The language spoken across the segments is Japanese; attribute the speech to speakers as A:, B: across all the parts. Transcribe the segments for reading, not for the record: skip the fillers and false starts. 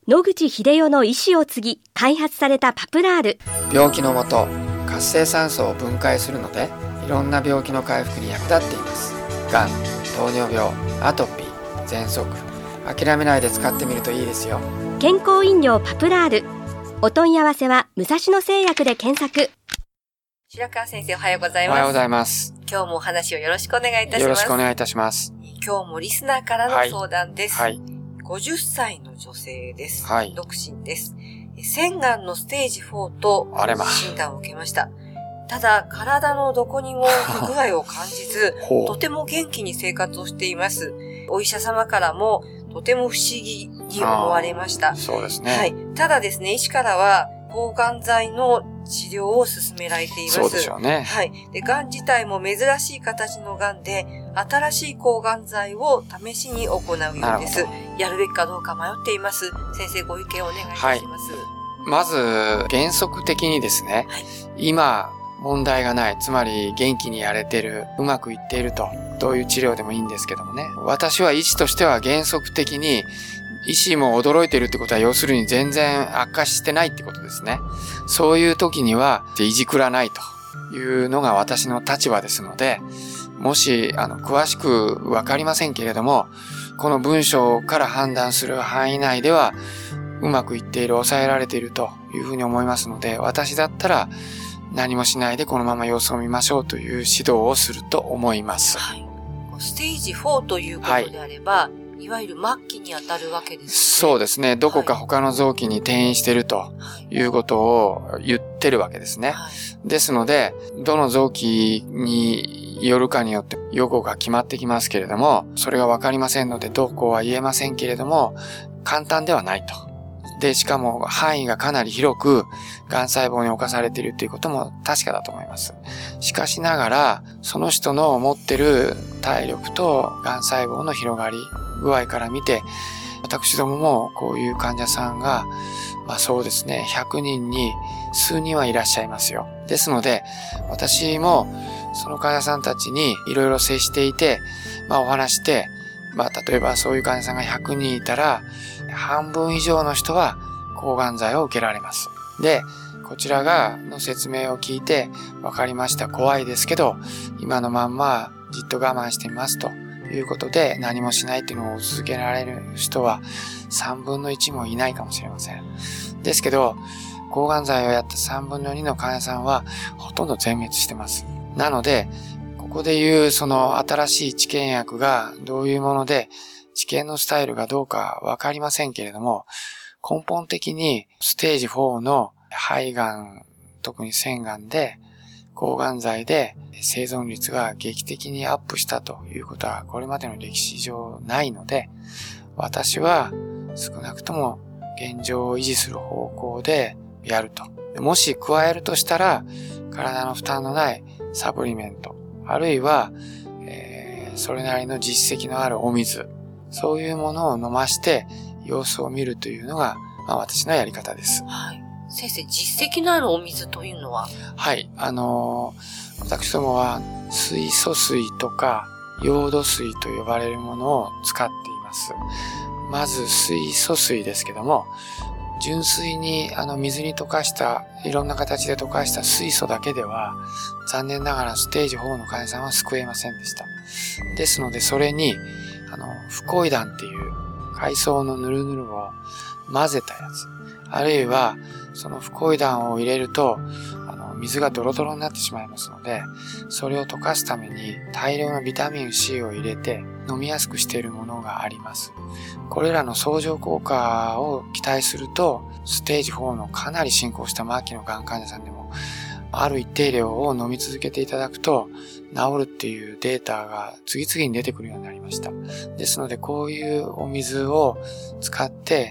A: 野口英世の遺志を継ぎ開発されたパプラール。
B: 病気のもと、活性酸素を分解するので、いろんな病気の回復に役立っています。がん、糖尿病、アトピー、喘息、諦めないで使ってみるといいですよ。
A: 健康飲料パプラール。お問い合わせは武蔵野製薬で検索。
C: 白川先生、おはようございます。
B: おはようございます。
C: 今日もお話をよろしくお願いいたします。
B: よろしくお願いいたします。
C: 今日もリスナーからの相談です。
B: はい。
C: 50歳の女性です。
B: はい。
C: 独身です。腺がんのステージ4と診断を受けました。ただ、体のどこにも不具合を感じず、とても元気に生活をしています。お医者様からもとても不思議に思われました。
B: そうですね。
C: はい。ただですね、医師からは抗がん剤の治療を勧められています。
B: そうでしょうね。
C: はい。で、がん自体も珍しい形のがんで、新しい抗がん剤を試しに行うようです。やるべきかどうか迷っています。先生、ご意見をお願いいたします。はい。
B: まず、原則的にですね、はい、今、問題がない。つまり、元気にやれてる、うまくいっていると、どういう治療でもいいんですけどもね。私は医師としては原則的に、医師も驚いてるってことは要するに全然悪化してないってことですね。そういう時にはいじくらないというのが私の立場ですので、もし詳しくわかりませんけれども、この文章から判断する範囲内ではうまくいっている、抑えられているというふうに思いますので、私だったら何もしないでこのまま様子を見ましょうという指導をすると思います。
C: はい。ステージ4ということであれば、いわゆる末期に当たるわけですね。
B: そうですね。どこか他の臓器に転移しているということを言ってるわけですね。はい、ですので、どの臓器によるかによって予後が決まってきますけれども、それがわかりませんのでどこは言えませんけれども、簡単ではないと。で、しかも範囲がかなり広く、癌細胞に侵されているということも確かだと思います。しかしながら、その人の持っている体力と癌細胞の広がり、具合から見て、私どももこういう患者さんが、そうですね、100人に数人はいらっしゃいますよ。ですので、私もその患者さんたちにいろいろ接していて、お話して、例えばそういう患者さんが100人いたら、半分以上の人は抗がん剤を受けられます。で、こちらの説明を聞いて、わかりました、怖いですけど、今のまんまじっと我慢してみますと。いうことで何もしないっていうのを続けられる人は3分の1もいないかもしれません。ですけど、抗がん剤をやった3分の2の患者さんはほとんど全滅してます。なので、ここでいうその新しい治験薬がどういうもので、治験のスタイルがどうかわかりませんけれども、根本的にステージ4の肺がん、特に腺がんで、抗がん剤で生存率が劇的にアップしたということはこれまでの歴史上ないので、私は少なくとも現状を維持する方向でやると。もし加えるとしたら体の負担のないサプリメント、あるいは、それなりの実績のあるお水、そういうものを飲まして様子を見るというのが、私のやり方です。
C: はい。先生、実績のあるお水というのは？
B: はい。私どもは水素水とかヨード水と呼ばれるものを使っています。まず水素水ですけども、純粋に水に溶かした、いろんな形で溶かした水素だけでは、残念ながらステージ4の患者さんは救えませんでした。ですので、それに、フコイダンっていう海藻のヌルヌルを混ぜたやつ、あるいは、そのフコイダンを入れると、水がドロドロになってしまいますので、それを溶かすために大量のビタミン C を入れて飲みやすくしているものがあります。これらの相乗効果を期待すると、ステージ4のかなり進行した末期のがん患者さんでも、ある一定量を飲み続けていただくと、治るっていうデータが次々に出てくるようになりました。ですので、こういうお水を使って、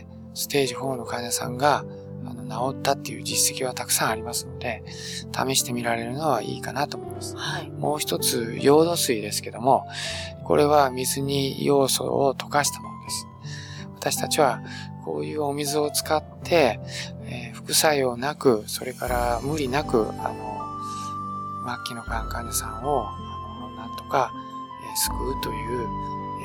B: ステージ4の患者さんが治ったっていう実績はたくさんありますので、試してみられるのはいいかなと思います。はい、もう一つ、ヨード水ですけども、これは水にヨウ素を溶かしたものです。私たちはこういうお水を使って、副作用なく、それから無理なく、末期のがん患者さんをなんとか、救うという、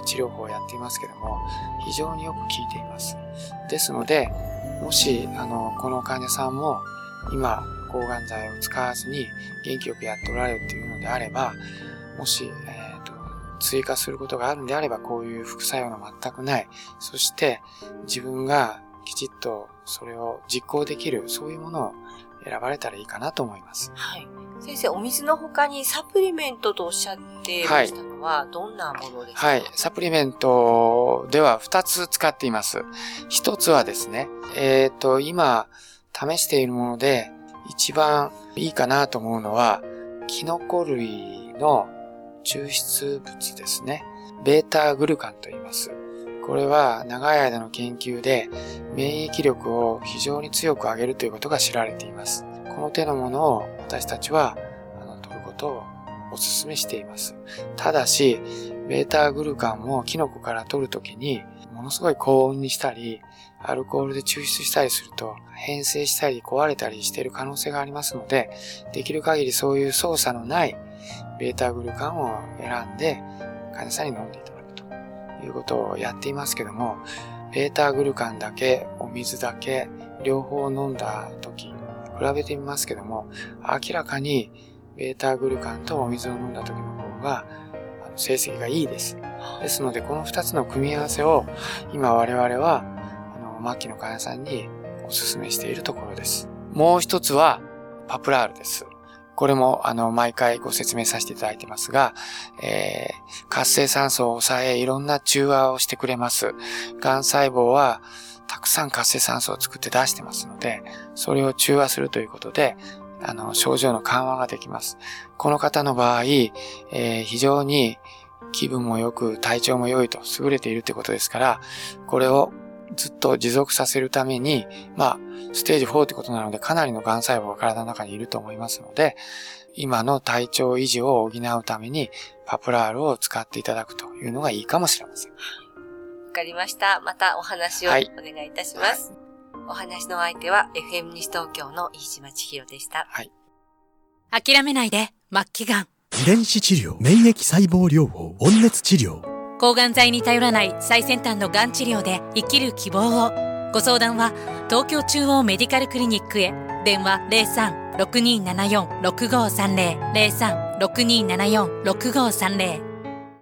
B: 治療法をやっていますけども、非常によく効いています。ですので、もし、この患者さんも今、抗がん剤を使わずに元気よくやっておられるっていうのであれば、もし、追加することがあるんであれば、こういう副作用の全くない、そして自分がきちっとそれを実行できる、そういうものを選ばれたらいいかなと思います。
C: はい。先生、お水の他にサプリメントとおっしゃってましたのは、どんなものですか？
B: はい。サプリメントでは2つ使っています。1つはですね、今試しているもので一番いいかなと思うのは、キノコ類の抽出物ですね。ベータグルカンと言います。これは長い間の研究で免疫力を非常に強く上げるということが知られています。この手のものを私たちは取ることをお勧めしています。ただし、ベータグルカンもキノコから取るときにものすごい高温にしたり、アルコールで抽出したりすると変性したり壊れたりしている可能性がありますので、できる限りそういう操作のないベータグルカンを選んで患者さんに飲んでいただくということをやっていますけども、ベータグルカンだけ、お水だけ、両方飲んだとき、比べてみますけども、明らかにベータグルカンとお水を飲んだ時の方が成績がいいです。ですので、この2つの組み合わせを今我々は末期の患者さんにお勧めしているところです。もう一つはパプラールです。これも毎回ご説明させていただいてますが、活性酸素を抑え、いろんな中和をしてくれます。がん細胞はたくさん活性酸素を作って出してますので、それを中和するということで、症状の緩和ができます。この方の場合、非常に気分も良く体調も良いと優れているということですから、これをずっと持続させるために、ステージ4ということなのでかなりのがん細胞が体の中にいると思いますので、今の体調維持を補うためにパプラールを使っていただくというのがいいかもしれません。
C: わかりました。またお話をお願いいたします。お話の相手は FM 西東京の飯島千尋でした。
B: はい。
D: 諦めないで、末期がん。
E: 遺伝子治療、免疫細胞療法、温熱治療。
D: 抗がん剤に頼らない最先端のがん治療で生きる希望を。ご相談は東京中央メディカルクリニックへ。電話 03-6274-6530 03-6274-6530